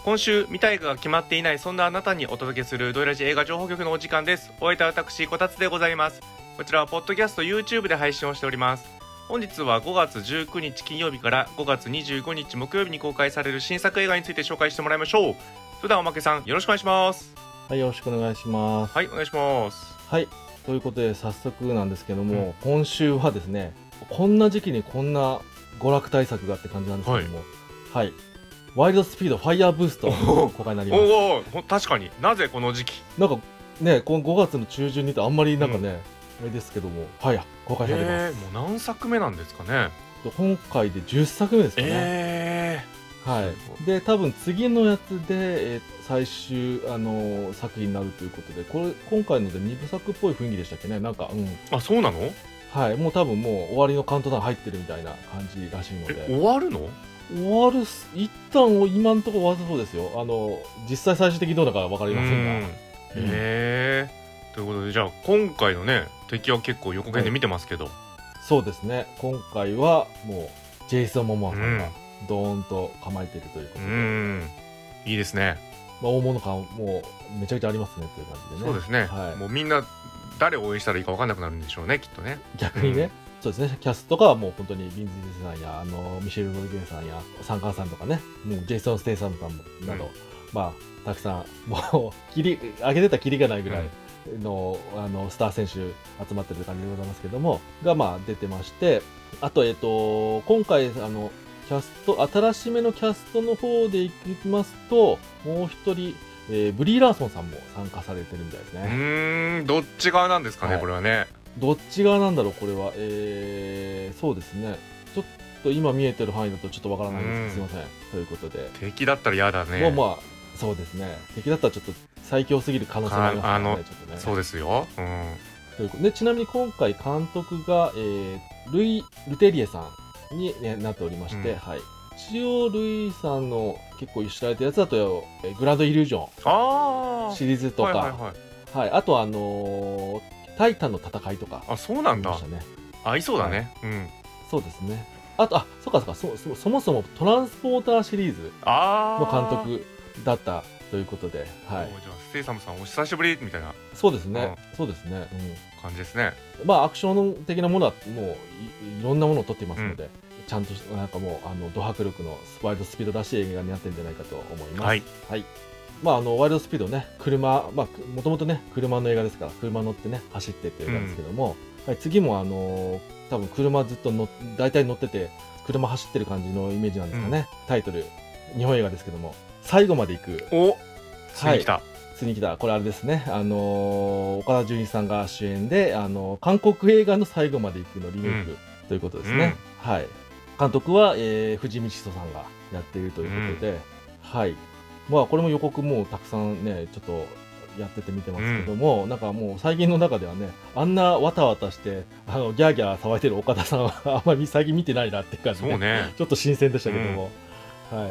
今週見たい映画が決まっていない、そんなあなたにお届けするドイラジ映画情報局のお時間です。お相手は私こたつでございます。こちらはポッドキャスト YouTube で配信をしております。本日は5月19日金曜日から5月25日木曜日に公開される新作映画について紹介してもらいましょう。それではおまけさん、よろしくお願いします。 はい、よろしくお願いします。 はい、お願いします。 はい、ということで早速なんですけども、今週はですね、こんな時期にこんな娯楽対策がって感じなんですけども、はい、ワイルドスピードファイヤーブースト公開になります。 確かになぜこの時期なんかね、この5月の中旬にとあんまりなんかね、あれですけども、はい、公開されます。 もう何作目なんですかね。 今回で10作目ですかね。はい、で多分次のやつで、最終作品になるということで、これ今回ので2部作っぽい雰囲気でしたっけね。なんかあ、そうなの？ はい、もう多分もう終わりのカウントダウン入ってるみたいな感じらしいので。 終わるの？ 終わる一旦今のところ終わるそうですよ。実際最終的にどうだかは分かりませんが。 ということで、じゃあ今回のね敵は結構予告編で見てますけど、 そうですね、今回はもうジェイソン・モモアさんがドーンと構えているということで、 いいですね。 大物感もうめちゃくちゃありますねという感じでね。 そうですね、 はい、 もうみんな誰を応援したらいいか分かんなくなるんでしょうね、きっとね。 逆にね、そうですね、キャストがもう本当にビンズ・ディスさんやミシェル・ロドリゲさんやサンカーさんとかね、もうジェイソン・ステイサムさんなど、まあたくさんもう上げてたきりがないぐらいの、スター選手集まってる感じでございますけどもが出てまして、あと今回キャスト新しめのキャストの方でいきますと、もう一人ブリー・ラーソンさんも参加されてるみたいですね。 どっち側なんですかね、これはね。 どっち側なんだろうこれは。そうですね、ちょっと今見えてる範囲だとちょっとわからないです。すいません。ということで、 敵だったら嫌だね。 まあそうですね、敵だったらちょっと最強すぎる可能性がありますね。ちょっとね。そうですよ。ということで、ちなみに今回監督が、ルイ・ルテリエさんに、なっておりまして、はい、一応ルイさんの結構知られてるやつだと、グランドイリュージョンシリーズとか、はい、あとタイタンの戦いとか。 そうなんだ。合いそうだね。 そうですね。あとそもそもトランスポーターシリーズの監督だったということで、はい。 じゃあステイサムさんお久しぶりみたいな。 そうですね、そうですね、 感じですね。 まあアクション的なものはもういろんなものを撮っていますので、ちゃんとなんかもうド迫力のワイルドスピードらしい映画になってるんじゃないかと思います。はい。まあワイルドスピードね、車、もともとね車の映画ですから、車乗ってね走ってっていう映画ですけども、はい、次も多分車ずっと大体乗ってて車走ってる感じのイメージなんですかね。タイトル日本映画ですけども、最後まで行く。ついに来た。ついに来た。これあれですね、岡田准一さんが主演で韓国映画の最後まで行くのリメイクということですね。はい。監督は、藤見千人さんがやっているということで、はい。まあこれも予告もたくさんねちょっとやってて見てますけども、なんかもう最近の中ではね、あんなわたわたしてギャーギャー騒いでる岡田さんはあんまり最近見てないなっていう感じで、ちょっと新鮮でしたけども、はい。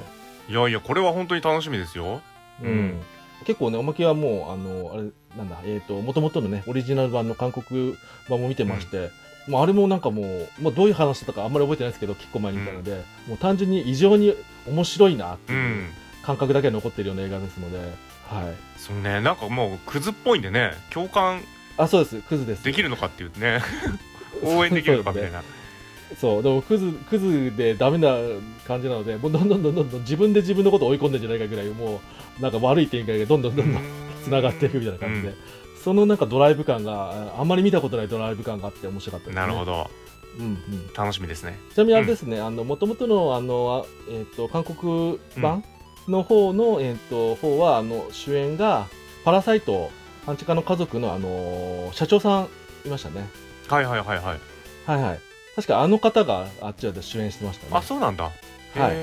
いやいや、これは本当に楽しみですよ。 結構ね、おまけはもうあれなんだ、もともとのねオリジナル版の韓国版も見てまして、あれもなんかもう、どういう話だったかあんまり覚えてないですけど、結構前に見たので、もう単純に異常に面白いなっていう感覚だけが残っているような映画ですので、はい。 そうね、なんかもうクズっぽいんでね、共感そうです、クズです。 できるのかっていうね応援できるのかみたいな。 そうでもクズでダメな感じなので、もうどんどん自分で自分のことを追い込んでんじゃないかぐらい、もうなんか悪い展開がどんどんつながっていくみたいな感じで、そのなんかドライブ感があんまり見たことないドライブ感があって面白かったですね。 なるほど。楽しみですね。 ちなみにあれですね、もともとの韓国版の方の方は主演がパラサイト半地下の家族の社長さんいましたね。 はい。 確かあの方があっちで主演してましたね。 そうなんだ。はい。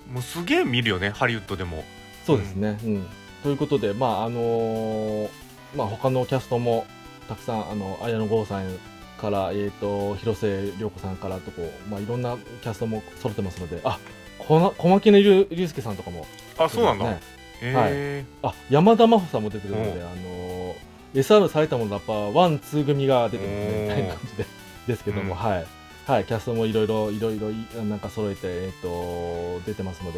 もうすげえ見るよね、ハリウッドでも。 そうですね。ということで、他のキャストもたくさん綾野剛さんから広瀬涼子さんからといろんなキャストも揃ってますので、小牧野竜介さんとかも、 そうなんだ。 はい。山田真歩さんも出てるので、SR 埼玉のラッパー1、2組が出てるみたいな感じですけども、はい。キャストもいろいろなんか揃えて出てますので、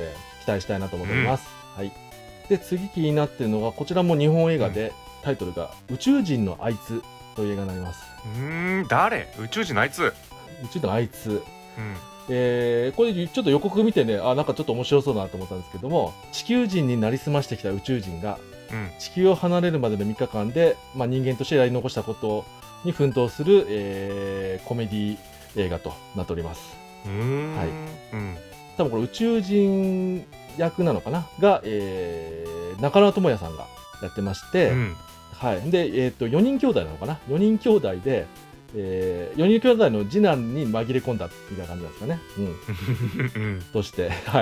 期待したいなと思っております。はい。で、次気になってるのが、こちらも日本映画で、タイトルが宇宙人のあいつという映画になります。 誰？宇宙人のあいつ。 宇宙人のあいつ。これちょっと予告見てね、なんかちょっと面白そうだなと思ったんですけども、地球人になりすましてきた宇宙人が、地球を離れるまでの3日間で、人間としてやり残したことに奮闘する、コメディ映画となっております。多分これ宇宙人役なのかなが、中村倫也さんがやってまして、はい。で、4人兄弟なのかな ?4 人兄弟で、4人兄弟の次男に紛れ込んだみたいな感じなんですかね。として、はい。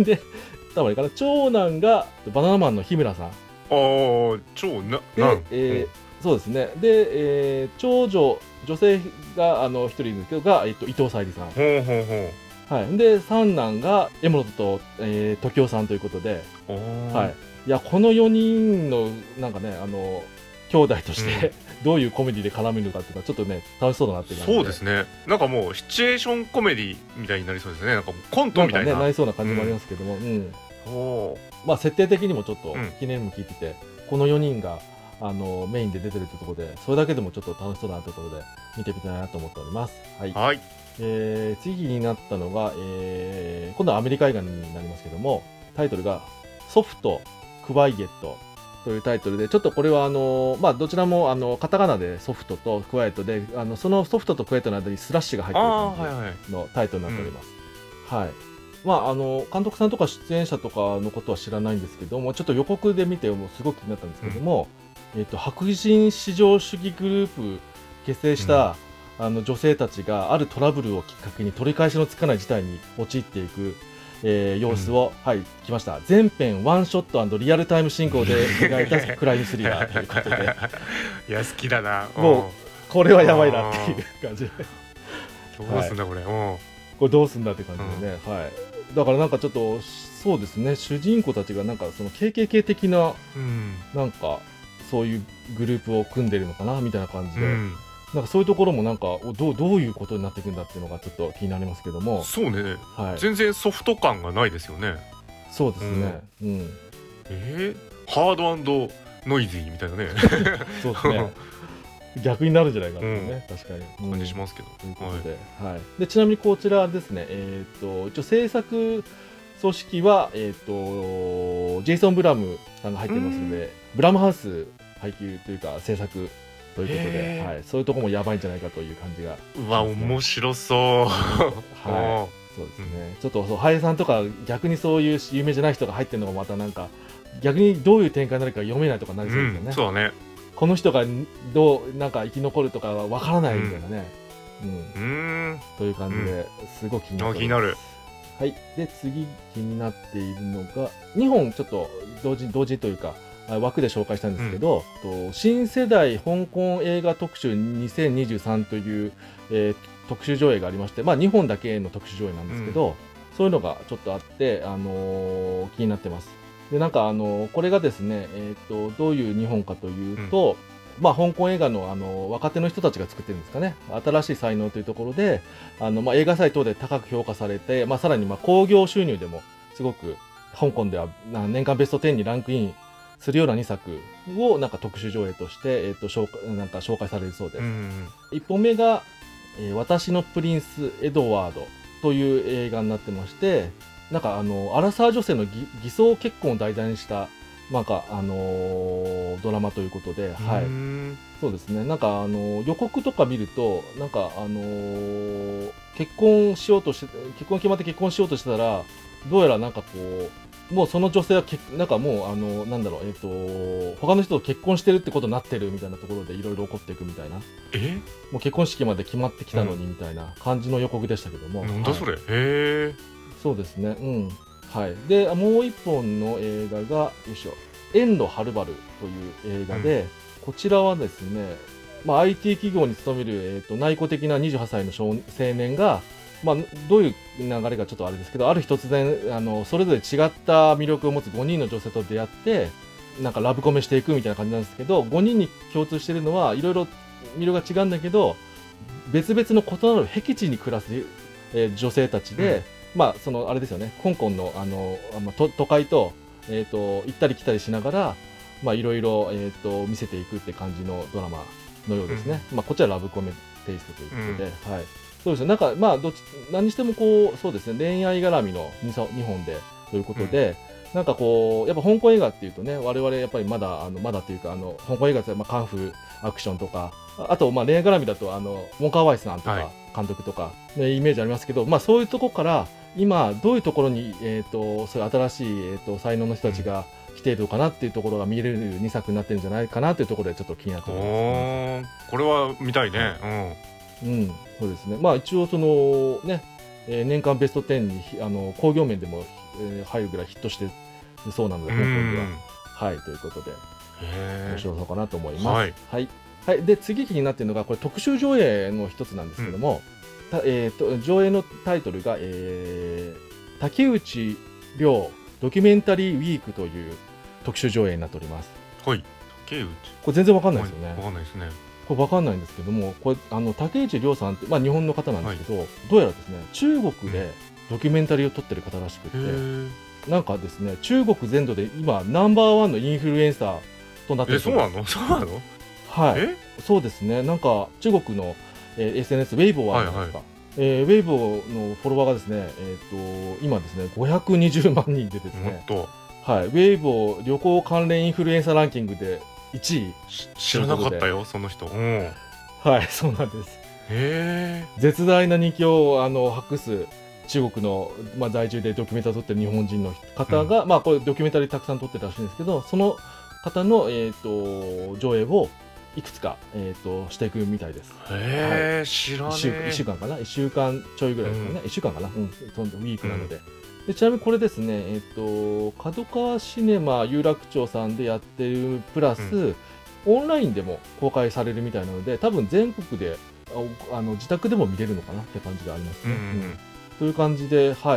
で、多分あれかな、長男がバナナマンの日村さん。 長男で、そうですね。で、長女、女性が一人いるんですけど、が、伊藤沙莉さん。はい。で、三男が江本と、時生さんということで、はい。いや、この4人の、なんかね、兄弟として、どういうコメディで絡めるかっていうのはちょっとね楽しそうだなって感じで。 そうですね。なんかもうシチュエーションコメディみたいになりそうですね。なんかもうコントみたいな。 なりそうな感じもありますけども、設定的にもちょっと記念も聞いてて、この4人がメインで出てるというところで、それだけでもちょっと楽しそうだなというところで見てみたいなと思っております。はい。 はい。 次になったのが、今度はアメリカ映画になりますけども、タイトルがソフトクワイエットというタイトルで、ちょっとこれはどちらもカタカナでソフトとクワイエットで、そのソフトとクワイエットの間にスラッシュが入っている感じのタイトルになっております。はい。監督さんとか出演者とかのことは知らないんですけども、ちょっと予告で見てもすごく気になったんですけども、白人至上主義グループ結成した、女性たちがあるトラブルをきっかけに取り返しのつかない事態に陥っていく様子を、来ました。全編ワンショット&リアルタイム進行で描いたクライムスリラーということでいや好きだな。 もうこれはやばいなっていう感じでどうすんだこれ、 これどうすんだって感じでね、だからなんかちょっとそうですね、主人公たちがなんかその KKK 的な、なんかそういうグループを組んでるのかなみたいな感じで、なんかそういうところもなんかどういうことになっていくんだっていうのがちょっと気になりますけども。 そうね、全然ソフト感がないですよね。 そうですね。 ハード&ノイズーみたいなね。 そうですね。逆になるんじゃないかっていうね、確かに感じしますけど。 ということで、でちなみにこちらですね、一応制作組織はジェイソン・ブラムさんが入ってますので、ブラムハウス配給というか制作ということで、そういうところもやばいんじゃないかという感じが、 うわ面白そう。 そうですね。ちょっと俳優さんとか逆にそういう有名じゃない人が入ってるのもまたなんか逆にどういう展開になるか読めないとかなりそうですよね。 そうだね。 この人がなんか生き残るとかはわからないみたいなね。という感じですごく気になっております。気になる。はい。で次気になっているのが2本ちょっと同時というか枠で紹介したんですけど、新世代香港映画特集2023という、特集上映がありまして、日本だけの特集上映なんですけど、そういうのがちょっとあって、気になってます。でなんかこれがですね、どういう日本かというと、香港映画の若手の人たちが作ってるんですかね、新しい才能というところで映画祭等で高く評価されて、さらに興行収入でもすごく香港では年間ベスト10にランクインするような2作をなんか特殊上映として、紹介されるそうです。1本目が、私のプリンスエドワードという映画になってまして、なんかアラサー女性の偽装結婚を題材にしたなんかドラマということで、そうですね。なんか予告とか見るとなんか結婚決まって結婚しようとしてたら、どうやらなんかこうもうその女性はなんかもう他の人と結婚してるってことになってるみたいなところでいろいろ起こっていくみたいな。もう結婚式まで決まってきたのにみたいな感じの予告でしたけども。 なんだそれ。 そうですね。でもう一本の映画が遠路はるばるという映画で、こちらはですね、IT 企業に勤める内向的な28歳の青年が、どういう流れかちょっとあれですけど、ある日突然それぞれ違った魅力を持つ5人の女性と出会ってなんかラブコメしていくみたいな感じなんですけど、5人に共通しているのはいろいろ魅力が違うんだけど、別々の異なる僻地に暮らす、女性たちで、 まあそのあれですよね、香港の都会と行ったり来たりしながら、まあいろいろ見せていくって感じのドラマのようですね。まあこっちはラブコメテイストということで、はい。そうですね。なんかまあ何にしてもこうそうですね、恋愛絡みの2本でということで。なんかこうやっぱ香港映画っていうとね、我々やっぱりまだっていうか香港映画ってまあカンフーアクションとか、あとまあ恋愛絡みだとウォンカー・ワイスさんとか監督とかのイメージありますけど、まあそういうとこから今どういうところにそういう新しい才能の人たちが来ているのかなっていうところが見れる2作になってるんじゃないかなというところでちょっと気になっております。 これは見たいね。 そうですね。まあ一応そのね、年間ベスト10に興行面でも入るぐらいヒットしてそうなので、香港では。はい、ということで、面白そうかなと思います。はい。はい。で、次気になっているのが、これ特集上映の一つなんですけども、上映のタイトルが、竹内涼ドキュメンタリーウィークという特集上映になっております。 はい。竹内。 これ全然わかんないですよね。 わかんないですね。 これわかんないんですけども、これ竹内涼さんって、まあ日本の方なんですけど、どうやらですね、中国でドキュメンタリーを撮ってる方らしくて、なんかですね、中国全土で今ナンバーワンのインフルエンサーとなってる。 そうなの？そうなの？ はい。そうですね。なんか中国の、SNS ウェイボーはあるんですか。ウェイボーのフォロワーがですね、今ですね520万人でですね。はい。ウェイボー旅行関連インフルエンサーランキングで1位。 知らなかったよ、その人。 はい、そうなんです。絶大な人気を博す中国の、まあ、在住でドキュメンタリーを撮ってる日本人の方が、まあこれドキュメンタリーたくさん撮ってるらしいんですけど、その方の上映をいくつかしていくみたいです。 知らねえ。 1週間かな、1週間ちょいぐらいですかね、1週間かな、そのウィークなので。でちなみにこれですね、角川シネマ有楽町さんでやってるプラス、オンラインでも公開されるみたいなので、多分全国で自宅でも見れるのかなって感じがありますね。という感じで、はい、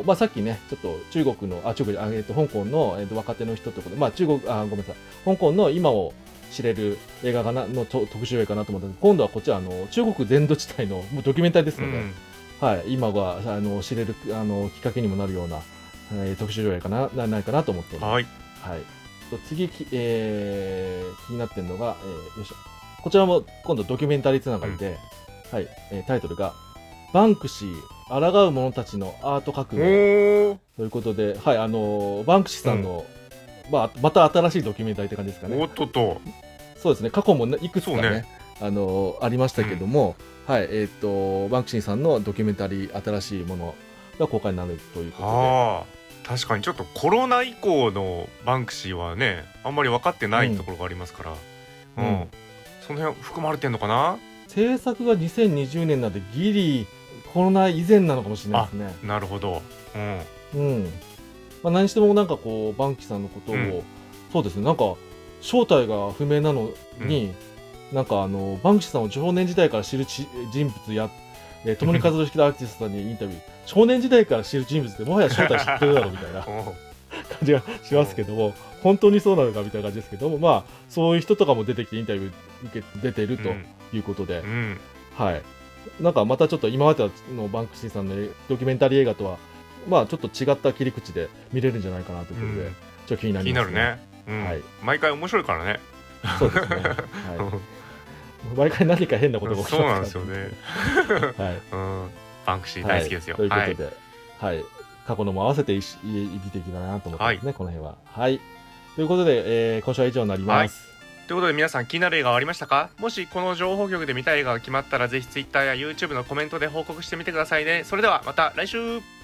まあ、さっきね、ちょっと中国の、香港の、若手の人ということで、まあ、ごめんなさい、香港の今を知れる映画の特集映画かなと思ったんですけど、今度はこっちは中国全土地帯のもうドキュメンタリーですので、はい、今が知れるきっかけにもなるような、特集上映ないかなと思っております。はい。はい、次気になってるのが、よいしょ、こちらも今度ドキュメンタリーつながりで、はい、タイトルがバンクシー抗う者たちのアート革命ということで、はい、バンクシーさんの、また新しいドキュメンタリーって感じですかね。そうですね、過去もいくつかね、ありましたけども、はい、バンクシーさんのドキュメンタリー新しいものが公開になるということで、確かにちょっとコロナ以降のバンクシーはね、あんまり分かってないところがありますから、その辺含まれてんのかな。 制作が2020年なんでギリコロナ以前なのかもしれないですね。 なるほど。 まあ、何してもなんかこうバンキさんのことを、そうですね、なんか正体が不明なのに、なんかバンキさんを少年時代から知る人物や、共に活動してきたアーティストさんにインタビュー、少年時代から知る人物ってもはや正体知ってるだろうみたいな感じがしますけども、本当にそうなのかみたいな感じですけども、まあそういう人とかも出てきてインタビュー出てるということで、はい。なんかまたちょっと今までのバンクシーさんのドキュメンタリー映画とは、まあちょっと違った切り口で見れるんじゃないかなということで、ちょっと気になりますね。 はい。毎回面白いからね。 そうですね。はい。毎回何か変なことが起きてそうなんですよね。 はい。 バンクシー大好きですよ。 ということで、はい。過去のも合わせて見ていきたいなと思ってますね、この辺は。はい。ということで、今週は以上になります。 ということで皆さん気になる映画はありましたか？もしこの情報局で見たい映画が決まったらぜひ Twitter や YouTube のコメントで報告してみてくださいね。それではまた来週。